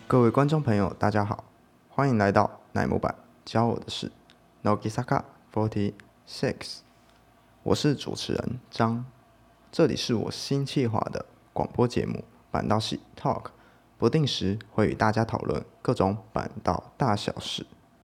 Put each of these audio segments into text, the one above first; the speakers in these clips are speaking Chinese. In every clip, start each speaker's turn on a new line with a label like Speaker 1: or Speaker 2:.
Speaker 1: 各位观众朋友，大家好，欢迎来到乃木坂教我的事 Nogisaka 46，我是主持人张，这里是我新企划的广播节目坂道系 Talk， 不定时会与大家讨论各种坂道大小事。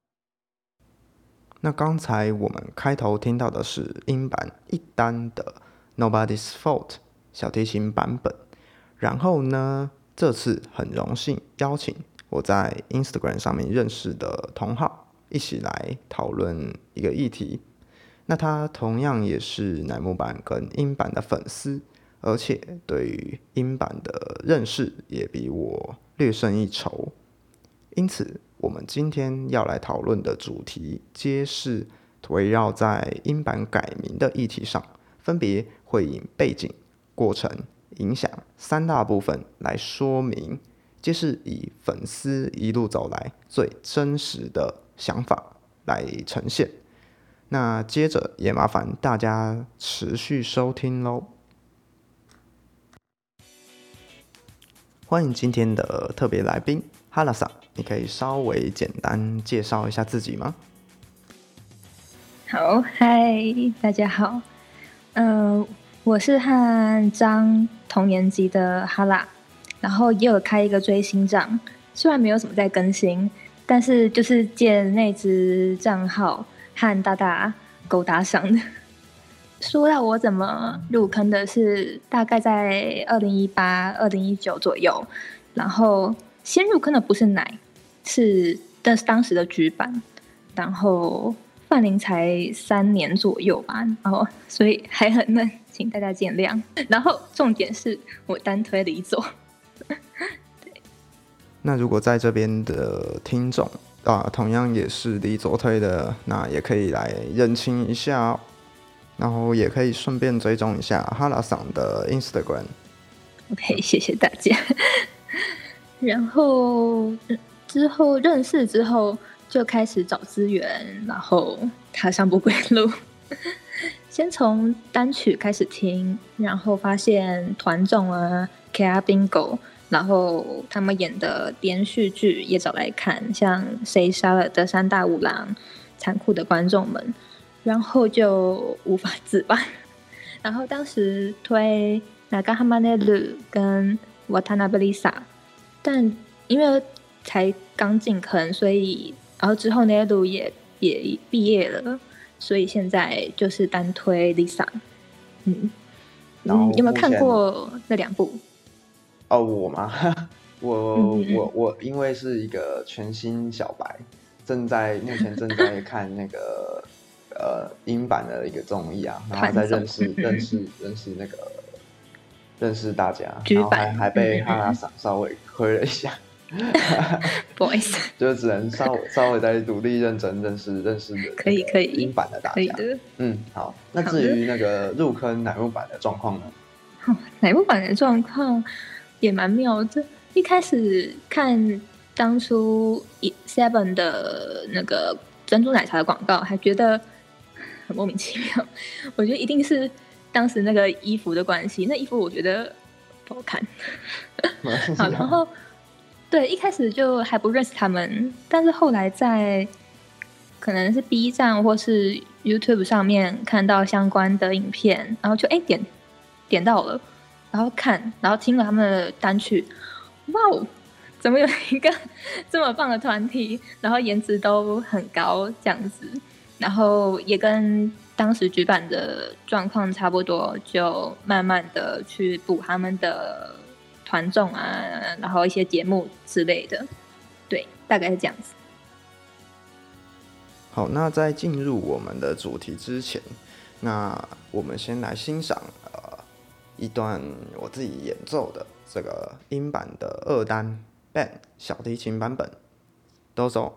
Speaker 1: 那刚才我们开头听到的是英版一单的 Nobody's Fault 小提琴版本，然后呢，这次很荣幸邀请我在 Instagram 上面认识的同好一起来讨论一个议题。那他同样也是乃木坂跟英版的粉丝，而且对于英版的认识也比我略胜一筹。因此我们今天要来讨论的主题皆是围绕在英版改名的议题上，分别会以背景、过程、影响三大部分来说明，皆是以粉丝一路走来最真实的想法来呈现。那接着也麻烦大家持续收听咯。欢迎今天的特别来宾哈拉桑，你可以稍微简单介绍一下自己吗？
Speaker 2: 好，嗨，大家好。我是和张同年级的哈拉，然后也有开一个追星账，虽然没有什么在更新，但是就是借那只账号和大大勾搭上的。说到我怎么入坑的是大概在2018、2019左右，然后先入坑的不是奶，是当时的局版，然后范龄才3年左右吧，然后所以还很嫩，请大家见谅。然后重点是我单推离座。
Speaker 1: 那如果在这边的听众同样也是离左推的，那也可以来认清一下哦。然后也可以顺便追踪一下哈拉桑的 Instagram。
Speaker 2: OK， 谢谢大家。然后之后认识之后就开始找资源，然后踏上不归路。先从单曲开始听，然后发现团综啊 KR Bingo， 然后他们演的连续剧也找来看，像谁杀了德山大五郎、残酷的观众们，然后就无法自拔。然后当时推Nagahama Neru 跟 Watanabe Lisa， 但因为才刚进坑，所以然后之后 Neru 也毕业了，所以现在就是单推 Lisa。有没有看过那2部？
Speaker 1: 我吗？我因为是一个全新小白，目前正在看那个英版的一个综艺啊，然后再认识那个认识大家，然后还被哈拉桑稍微亏了一下。
Speaker 2: 不好意思，
Speaker 1: 就只能稍微再努力认真认识
Speaker 2: 可以
Speaker 1: 英版的大家。
Speaker 2: 可以的。
Speaker 1: 好。那至于那个入坑乃木坂的状况呢？
Speaker 2: 乃木坂的状况也蛮妙的。一开始看当初 Seven 的那个珍珠奶茶的广告，还觉得很莫名其妙。我觉得一定是当时那个衣服的关系，那衣服我觉得不好看。好，然后对，一开始就还不认识他们，但是后来在可能是 B 站或是 YouTube 上面看到相关的影片，然后就点到了，然后看，然后听了他们的单曲，哇哦，怎么有一个这么棒的团体，然后颜值都很高这样子，然后也跟当时举办的状况差不多，就慢慢的去补他们的团综啊，然后一些节目之类的，对，大概是这样子。
Speaker 1: 好，那在进入我们的主题之前，那我们先来欣赏一段我自己演奏的这个英版的2单 band 小提琴版本，どうぞ。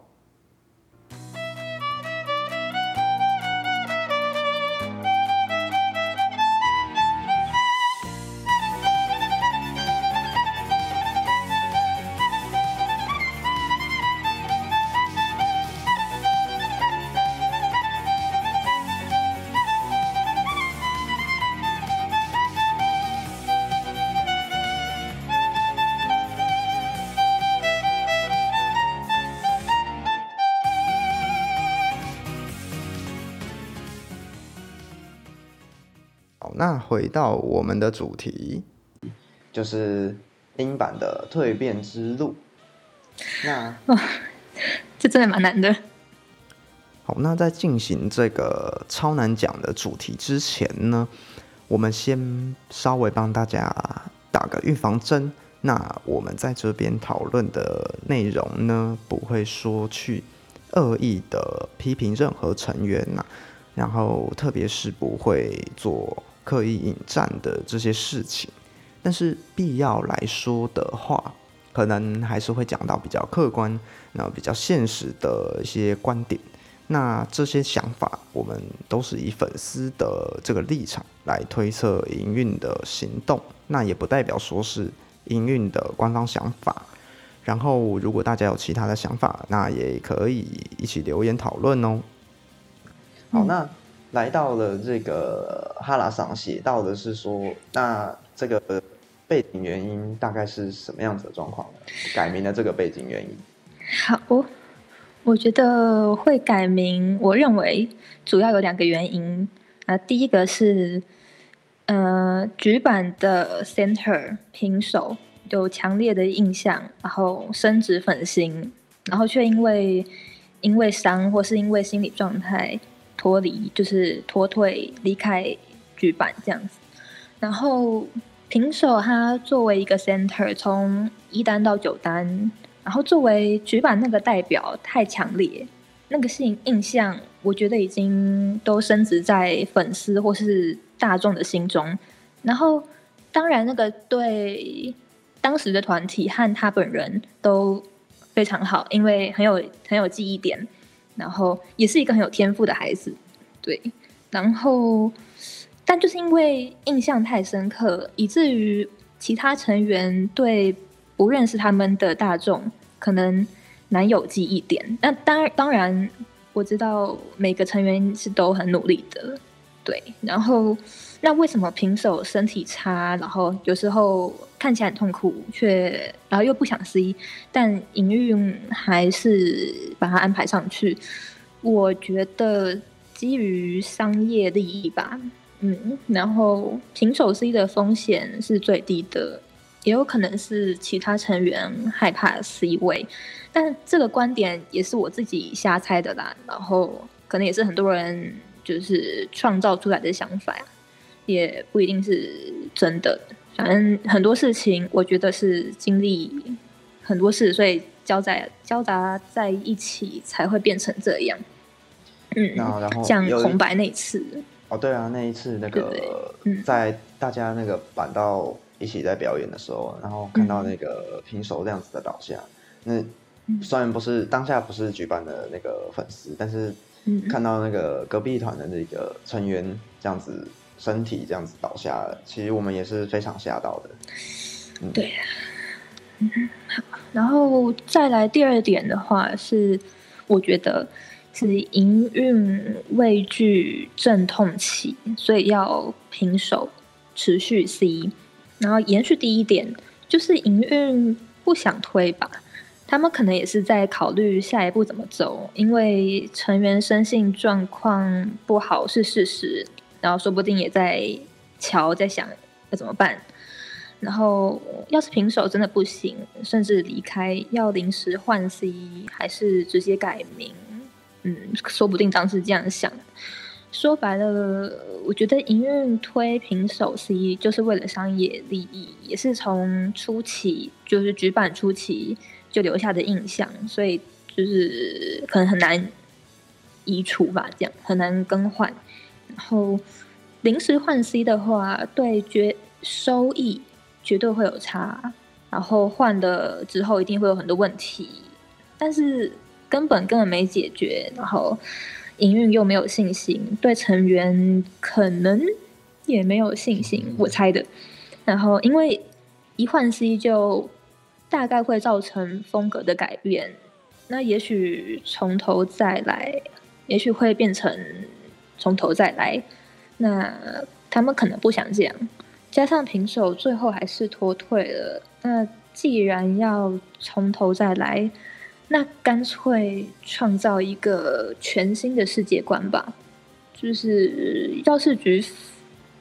Speaker 1: 好，那回到我们的主题，就是英版的蜕变之路。那
Speaker 2: 这真的蛮难的。
Speaker 1: 好，那在进行这个超难讲的主题之前呢，我们先稍微帮大家打个预防针。那我们在这边讨论的内容呢，不会说去恶意的批评任何成员然后特别是不会做刻意引战的这些事情。但是必要来说的话，可能还是会讲到比较客观，然后比较现实的一些观点。那这些想法，我们都是以粉丝的这个立场来推测营运的行动，那也不代表说是营运的官方想法。然后，如果大家有其他的想法，那也可以一起留言讨论哦。好，那来到了这个哈拉桑写到的是说，那这个背景原因大概是什么样子的状况呢？改名的这个背景原因。
Speaker 2: 好，我觉得会改名，我认为主要有2个原因。第一个是，局版的 center 平手有强烈的印象，然后深植粉心，然后却因为伤或是因为心理状态脱离，就是脱退离开局版这样子。然后平手他作为一个 center， 从1单到9单。然后作为局版那个代表太强烈，那个印象我觉得已经都深植在粉丝或是大众的心中。然后当然那个对当时的团体和他本人都非常好，因为很有记忆点，然后也是一个很有天赋的孩子。对，然后但就是因为印象太深刻，以至于其他成员对不认识他们的大众可能难有记忆点。那当然我知道每个成员是都很努力的，对。然后那为什么平手身体差，然后有时候看起来很痛苦，然后又不想 C， 但营运还是把他安排上去？我觉得基于商业利益吧。然后平手 C 的风险是最低的，也有可能是其他成员害怕 C 位，但这个观点也是我自己瞎猜的啦，然后可能也是很多人就是创造出来的想法，也不一定是真的。反正很多事情我觉得是经历很多事，所以交杂在一起才会变成这样。
Speaker 1: 然后
Speaker 2: 像红白那一次
Speaker 1: 对啊，那一次那个在大家那个板道一起在表演的时候，然后看到那个平手这样子的倒下，那虽然当下不是举办的那个粉丝，但是看到那个隔壁团的那个成员这样子身体这样子倒下，其实我们也是非常吓到的。
Speaker 2: 对啊。好，然后再来第2点的话是，我觉得是营运畏惧阵痛期，所以要平手持续 C。然后延续第1点，就是营运不想推吧，他们可能也是在考虑下一步怎么走，因为成员身心状况不好是事实，然后说不定也在在想要怎么办。然后要是平手真的不行，甚至离开，要临时换 C 还是直接改名，说不定当时这样想。说白了，我觉得营运推平手 C 就是为了商业利益，也是从初期就是举办初期就留下的印象，所以就是可能很难移除吧，这样很难更换。然后临时换 C 的话，对收益绝对会有差，然后换了之后一定会有很多问题，但是根本没解决，然后营运又没有信心，对成员可能也没有信心，我猜的。然后因为一换 C 就大概会造成风格的改变，那也许从头再来，也许会变成从头再来，那他们可能不想这样。加上平手最后还是脱退了，那既然要从头再来，那干脆创造一个全新的世界观吧。就是要是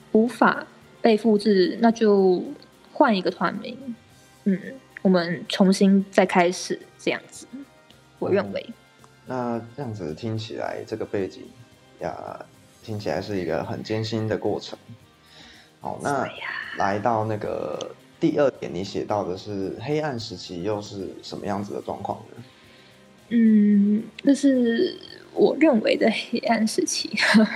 Speaker 2: 无法被复制，那就换一个团名，我们重新再开始这样子，我认为。
Speaker 1: 那这样子听起来，这个背景听起来是一个很艰辛的过程。好，那来到那个第二点，你写到的是黑暗时期又是什么样子的状况呢？
Speaker 2: 这是我认为的黑暗时期。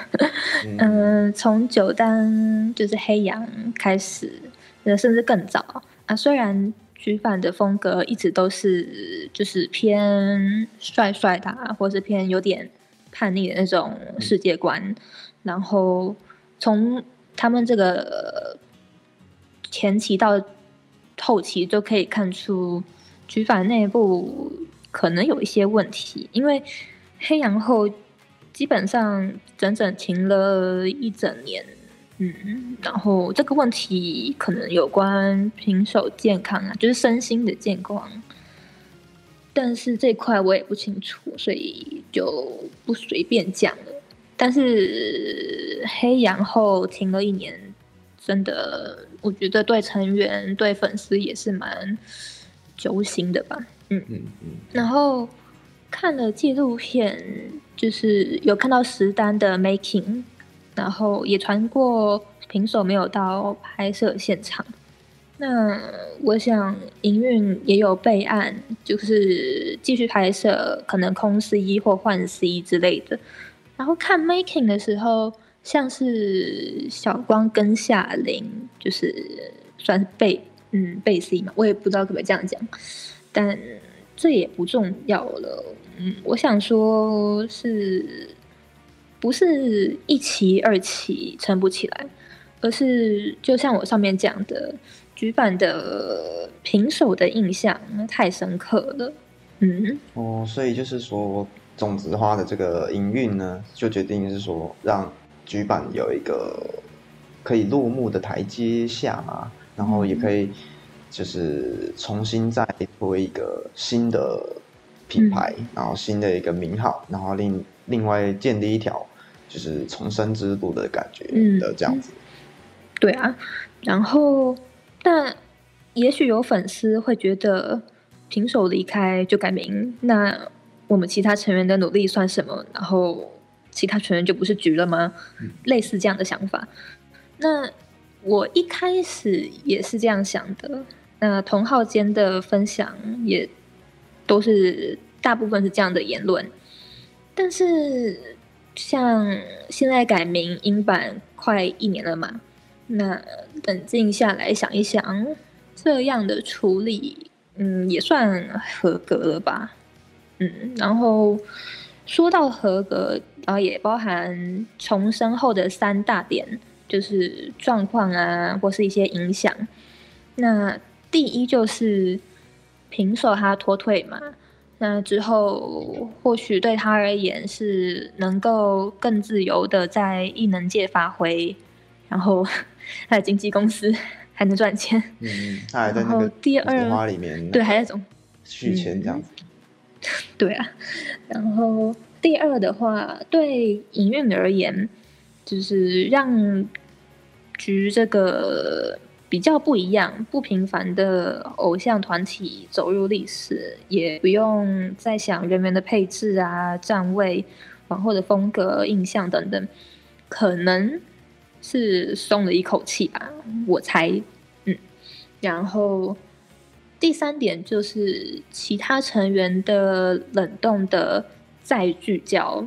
Speaker 2: 从九单就是黑羊开始，甚至更早啊。虽然局版的风格一直都是就是偏帅帅的或是偏有点叛逆的那种世界观，然后从他们这个前期到后期就可以看出局版内部可能有一些问题，因为黑羊后基本上整整停了一整年，然后这个问题可能有关平手健康就是身心的健康，但是这块我也不清楚，所以就不随便讲了。但是黑羊后停了一年，真的我觉得对成员对粉丝也是蛮揪心的吧。然后看了纪录片，就是有看到实单的 making， 然后也传过平手没有到拍摄现场。那我想营运也有备案，就是继续拍摄，可能空 C 或换 C 之类的。然后看 making 的时候，像是小光跟夏琳，就是算是被 C 嘛，我也不知道可不可以这样讲，但这也不重要了。我想说是不是一期二期撑不起来，而是就像我上面讲的，局版的平手的印象太深刻了。
Speaker 1: 所以就是说种子花的这个营运呢，就决定是说让局版有一个可以落幕的台阶下嘛，然后也可以就是重新再推一个新的品牌，然后新的一个名号，然后另外建立一条就是重生之路的感觉的这样子。
Speaker 2: 对啊，然后但也许有粉丝会觉得平手离开就改名，那我们其他成员的努力算什么？然后其他成员就不是局了吗？类似这样的想法。那我一开始也是这样想的。那同号间的分享也都是大部分是这样的言论。但是像现在改名英版快1年了嘛，那冷静下来想一想，这样的处理也算合格了吧。然后说到合格，然后也包含重生后的3大点，就是状况或是一些影响。那第一就是平手他脱退嘛，那之后或许对他而言是能够更自由的在艺能界发挥，然后他的经纪公司还能赚钱。
Speaker 1: 他还在那个
Speaker 2: 第二
Speaker 1: 花里面，
Speaker 2: 对，还在种
Speaker 1: 续签这样子。
Speaker 2: 对啊，然后第二的话，对营运而言，就是让局这个比较不一样、不平凡的偶像团体走入历史，也不用再想人员的配置站位、往后的风格、印象等等，可能是松了一口气吧，我猜。然后第3点就是其他成员的冷冻的再聚焦。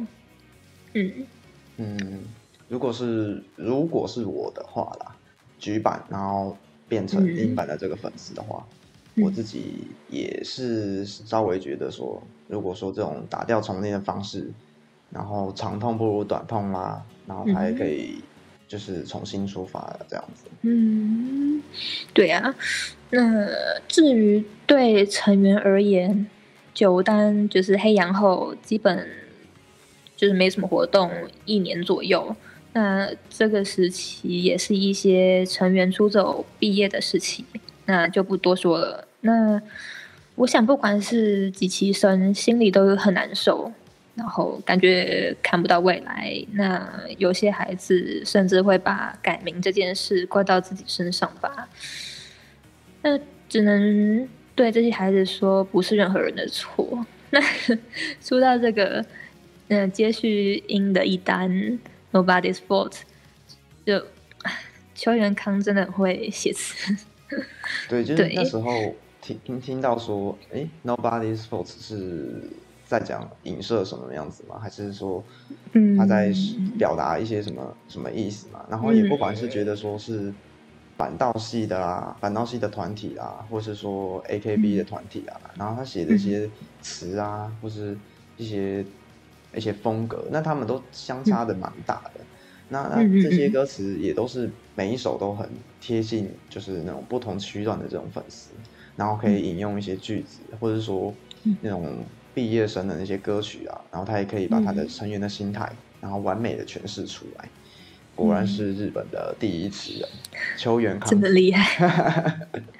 Speaker 1: 如果是我的话啦，局版然后变成英版的这个粉丝的话，我自己也是稍微觉得说，如果说这种打掉重练的方式，然后长痛不如短痛啦，然后还可以就是重新出发这样子。
Speaker 2: 对啊。那至于对成员而言，9单就是黑羊后基本就是没什么活动1年左右，那这个时期也是一些成员出走毕业的时期，那就不多说了。那我想不管是几期生心里都很难受， 然后感觉看不到未来。那有些孩子甚至会把改名这件事怪到自己身上吧。那只能对这些孩子说，不是任何人的错。那说到这个，接续英的一单 Nobody's Fault， 就邱元康真的很会写词。
Speaker 1: 对，就是那时候听到说，Nobody's Fault 是在讲影射什么样子吗？还是说他在表达一些什么意思嘛？然后也不管是觉得说是板道系的啦，板道系的团体啦，或是说 AKB 的团体啊，然后他写的一些词啊，或是一些风格，那他们都相差的蛮大的。那这些歌词也都是每一首都很贴近，就是那种不同区段的这种粉丝，然后可以引用一些句子，或者说那种毕业生的那些歌曲啊，然后他也可以把他的成员的心态，然后完美的诠释出来。果然是日本的第一词人，邱元康，
Speaker 2: 真的厉害。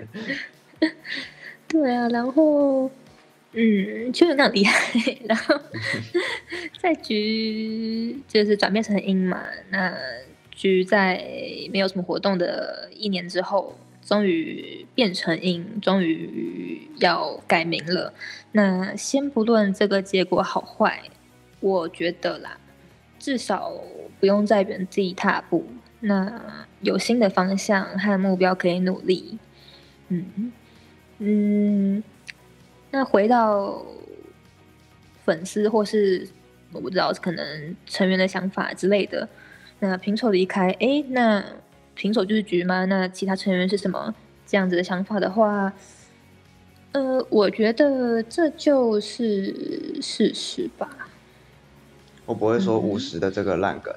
Speaker 2: 对啊，然后邱元康厉害，然后在局就是转变成音嘛，那局在没有什么活动的1年之后，终于变成音，终于要改名了。那先不论这个结果好坏，我觉得啦，至少不用在原地踏步，那有新的方向和目标可以努力。那回到粉丝或是我不知道可能成员的想法之类的，那平手离开，那平手就是局吗？那其他成员是什么？这样子的想法的话，我觉得这就是事实吧。
Speaker 1: 我不会说50的这个烂梗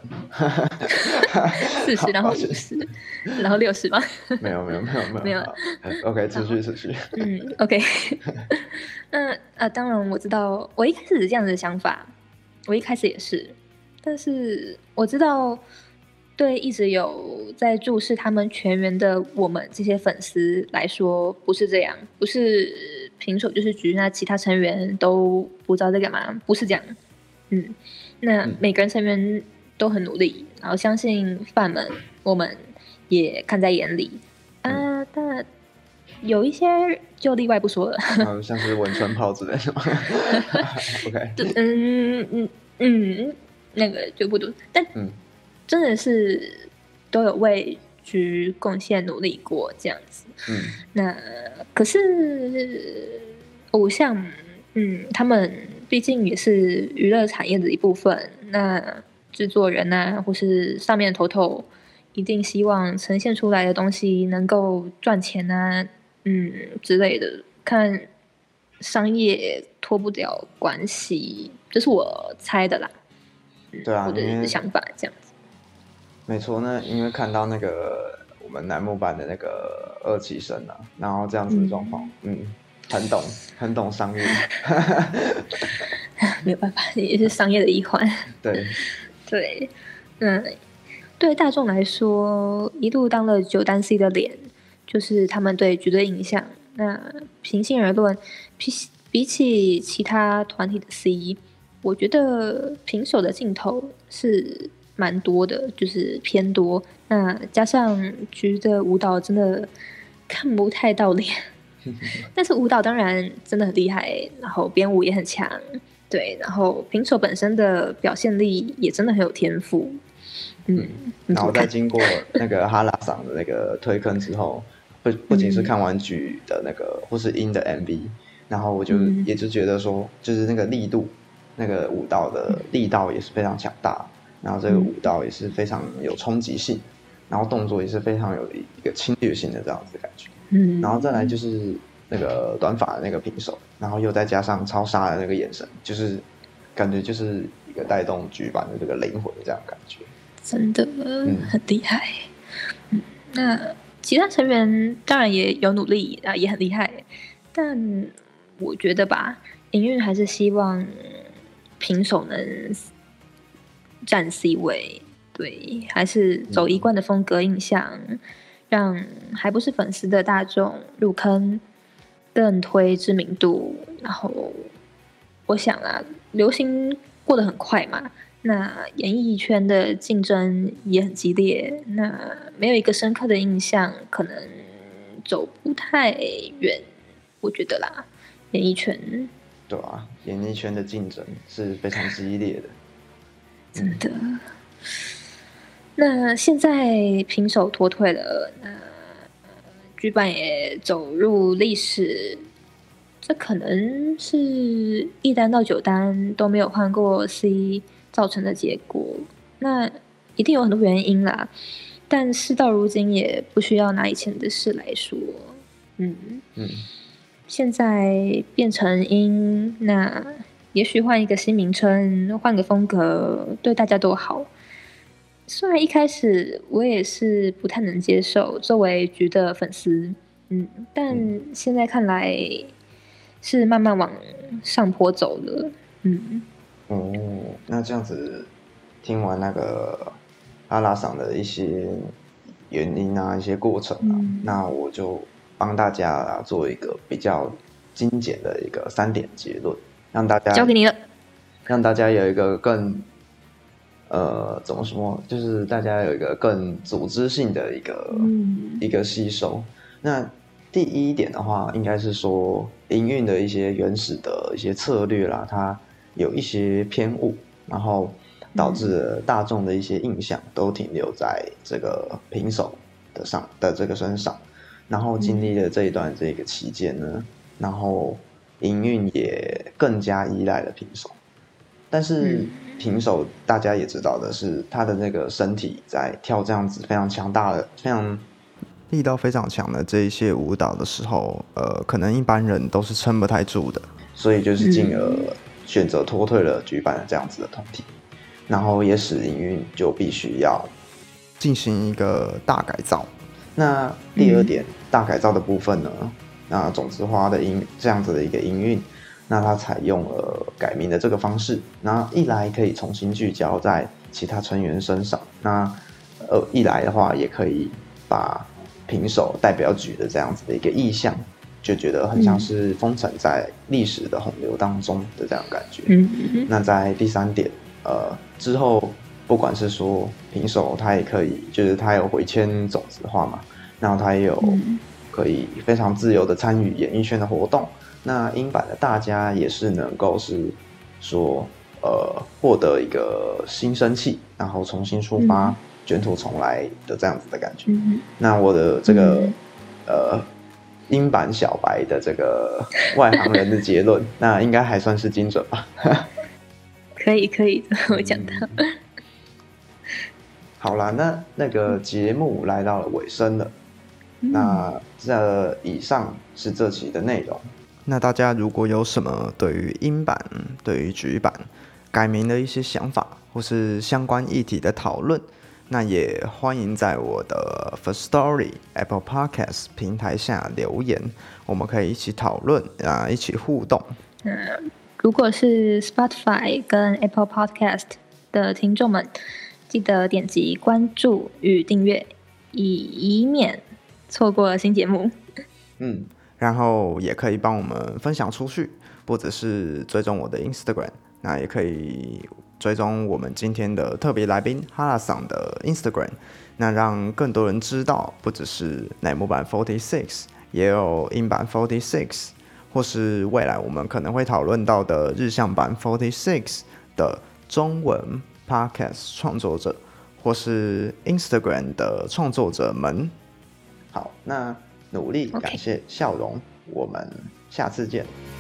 Speaker 2: ，40然后50然后60吗？
Speaker 1: 没有OK， 持续
Speaker 2: OK 当然我知道，我一开始是这样子的想法，我一开始也是，但是我知道对一直有在注视他们全员的我们这些粉丝来说不是这样，不是平手就是局，那其他成员都不知道在干嘛，不是这样。那每个人成员都很努力，然后相信饭们我们也看在眼里啊。但有一些就例外不说了，
Speaker 1: 像是文春炮之类的OK，
Speaker 2: 那个就不读，但真的是都有为局贡献努力过这样子。那可是偶像他们毕竟也是娱乐产业的一部分，那制作人啊或是上面的头头一定希望呈现出来的东西能够赚钱啊之类的，看商业脱不了关系，这是我猜的啦。
Speaker 1: 对啊，
Speaker 2: 我的想法这样子。
Speaker 1: 没错，那因为看到那个我们楠木版的那个二期生啊，然后这样子的状况，很懂商业，
Speaker 2: 没有办法，也是商业的一环。
Speaker 1: 对，
Speaker 2: 对大众来说，一路当了9单 C 的脸，就是他们对局的印象。那平心而论，比起其他团体的 C， 我觉得平手的镜头是蛮多的，就是偏多。那加上局的舞蹈真的看不太到脸。但是舞蹈当然真的很厉害，然后编舞也很强，对，然后平手本身的表现力也真的很有天赋，
Speaker 1: 然后在经过那个哈拉桑的那个推坑之后，不仅是看完局的那个或是音的 MV， 然后我就也就觉得说，就是那个力度，那个舞蹈的力道也是非常强大，然后这个舞蹈也是非常有冲击性，然后动作也是非常有一个侵略性的这样子的感觉。然后再来就是那个短发的那个平手，然后又再加上超杀的那个眼神，就是感觉就是一个带动局版的这个灵魂这样的感觉，
Speaker 2: 真的很厉害。那其他成员当然也有努力啊，也很厉害，但我觉得吧，营运还是希望平手能占 C 位，对，还是走一贯的风格印象。让还不是粉丝的大众入坑，更推知名度。然后我想啊，流行过得很快嘛。那演艺圈的竞争也很激烈，那没有一个深刻的印象，可能走不太远，我觉得啦。演艺圈，
Speaker 1: 对啊，演艺圈的竞争是非常激烈的，
Speaker 2: 真的。那现在平手脱退了，那局版也走入历史，这可能是1单到9单都没有换过 C 造成的结果。那一定有很多原因啦，但事到如今也不需要拿以前的事来说。现在变成音，那也许换一个新名称，换个风格，对大家都好。虽然一开始我也是不太能接受，作为局的粉丝，但现在看来是慢慢往上坡走了。
Speaker 1: 那这样子听完那个阿拉桑的一些原因啊，一些过程啊，那我就帮大家做一个比较精简的一个3点结论，让大家
Speaker 2: 交给你了，
Speaker 1: 让大家有一个更怎么说，就是大家有一个更组织性的一个吸收。那第一点的话，应该是说营运的一些原始的一些策略啦，它有一些偏误，然后导致了大众的一些印象都停留在这个平手的这个身上，然后经历了这一段这个期间呢，然后营运也更加依赖了平手，但是平手大家也知道的是，他的那个身体在跳这样子非常强大的、非常力道非常强的这一些舞蹈的时候，可能一般人都是撑不太住的，所以就是进而选择脱退了局版的这样子的团体，然后也使营运就必须要进行一个大改造。那第二点，大改造的部分呢，那种子花的这样子的一个营运，那它采用了改名的这个方式，那一来可以重新聚焦在其他成员身上，那一来的话也可以把平手代表局的这样子的一个意象，就觉得很像是封存在历史的洪流当中的这样感觉。那在第3点，之后不管是说平手，他也可以，就是他有回迁种子化嘛，然后他也有可以非常自由的参与演艺圈的活动。那英版的大家也是能够是说，获得一个新生气，然后重新出发，卷土重来的这样子的感觉。那我的这个英版小白的这个外行人的结论，那应该还算是精准吧？
Speaker 2: 可以，我讲到。
Speaker 1: 好啦，那个节目来到了尾声了，那这以上是这期的内容。那大家如果有什么对于英版、对于局版改名的一些想法，或是相关议题的讨论，那也欢迎在我的 Firstory、Apple Podcast 平台下留言，我们可以一起讨论啊，一起互动。
Speaker 2: 如果是 Spotify 跟 Apple Podcast 的听众们，记得点击关注与订阅，以免错过新节目。
Speaker 1: 然后也可以帮我们分享出去，或者是追踪我的 Instagram， 那也可以追踪我们今天的特别来宾哈拉桑的 Instagram， 那让更多人知道，不只是乃木坂46，也有英版46，或是未来我们可能会讨论到的日向版46的中文 Podcast 创作者，或是 Instagram 的创作者们。好，那努力感谢笑容，我们下次见。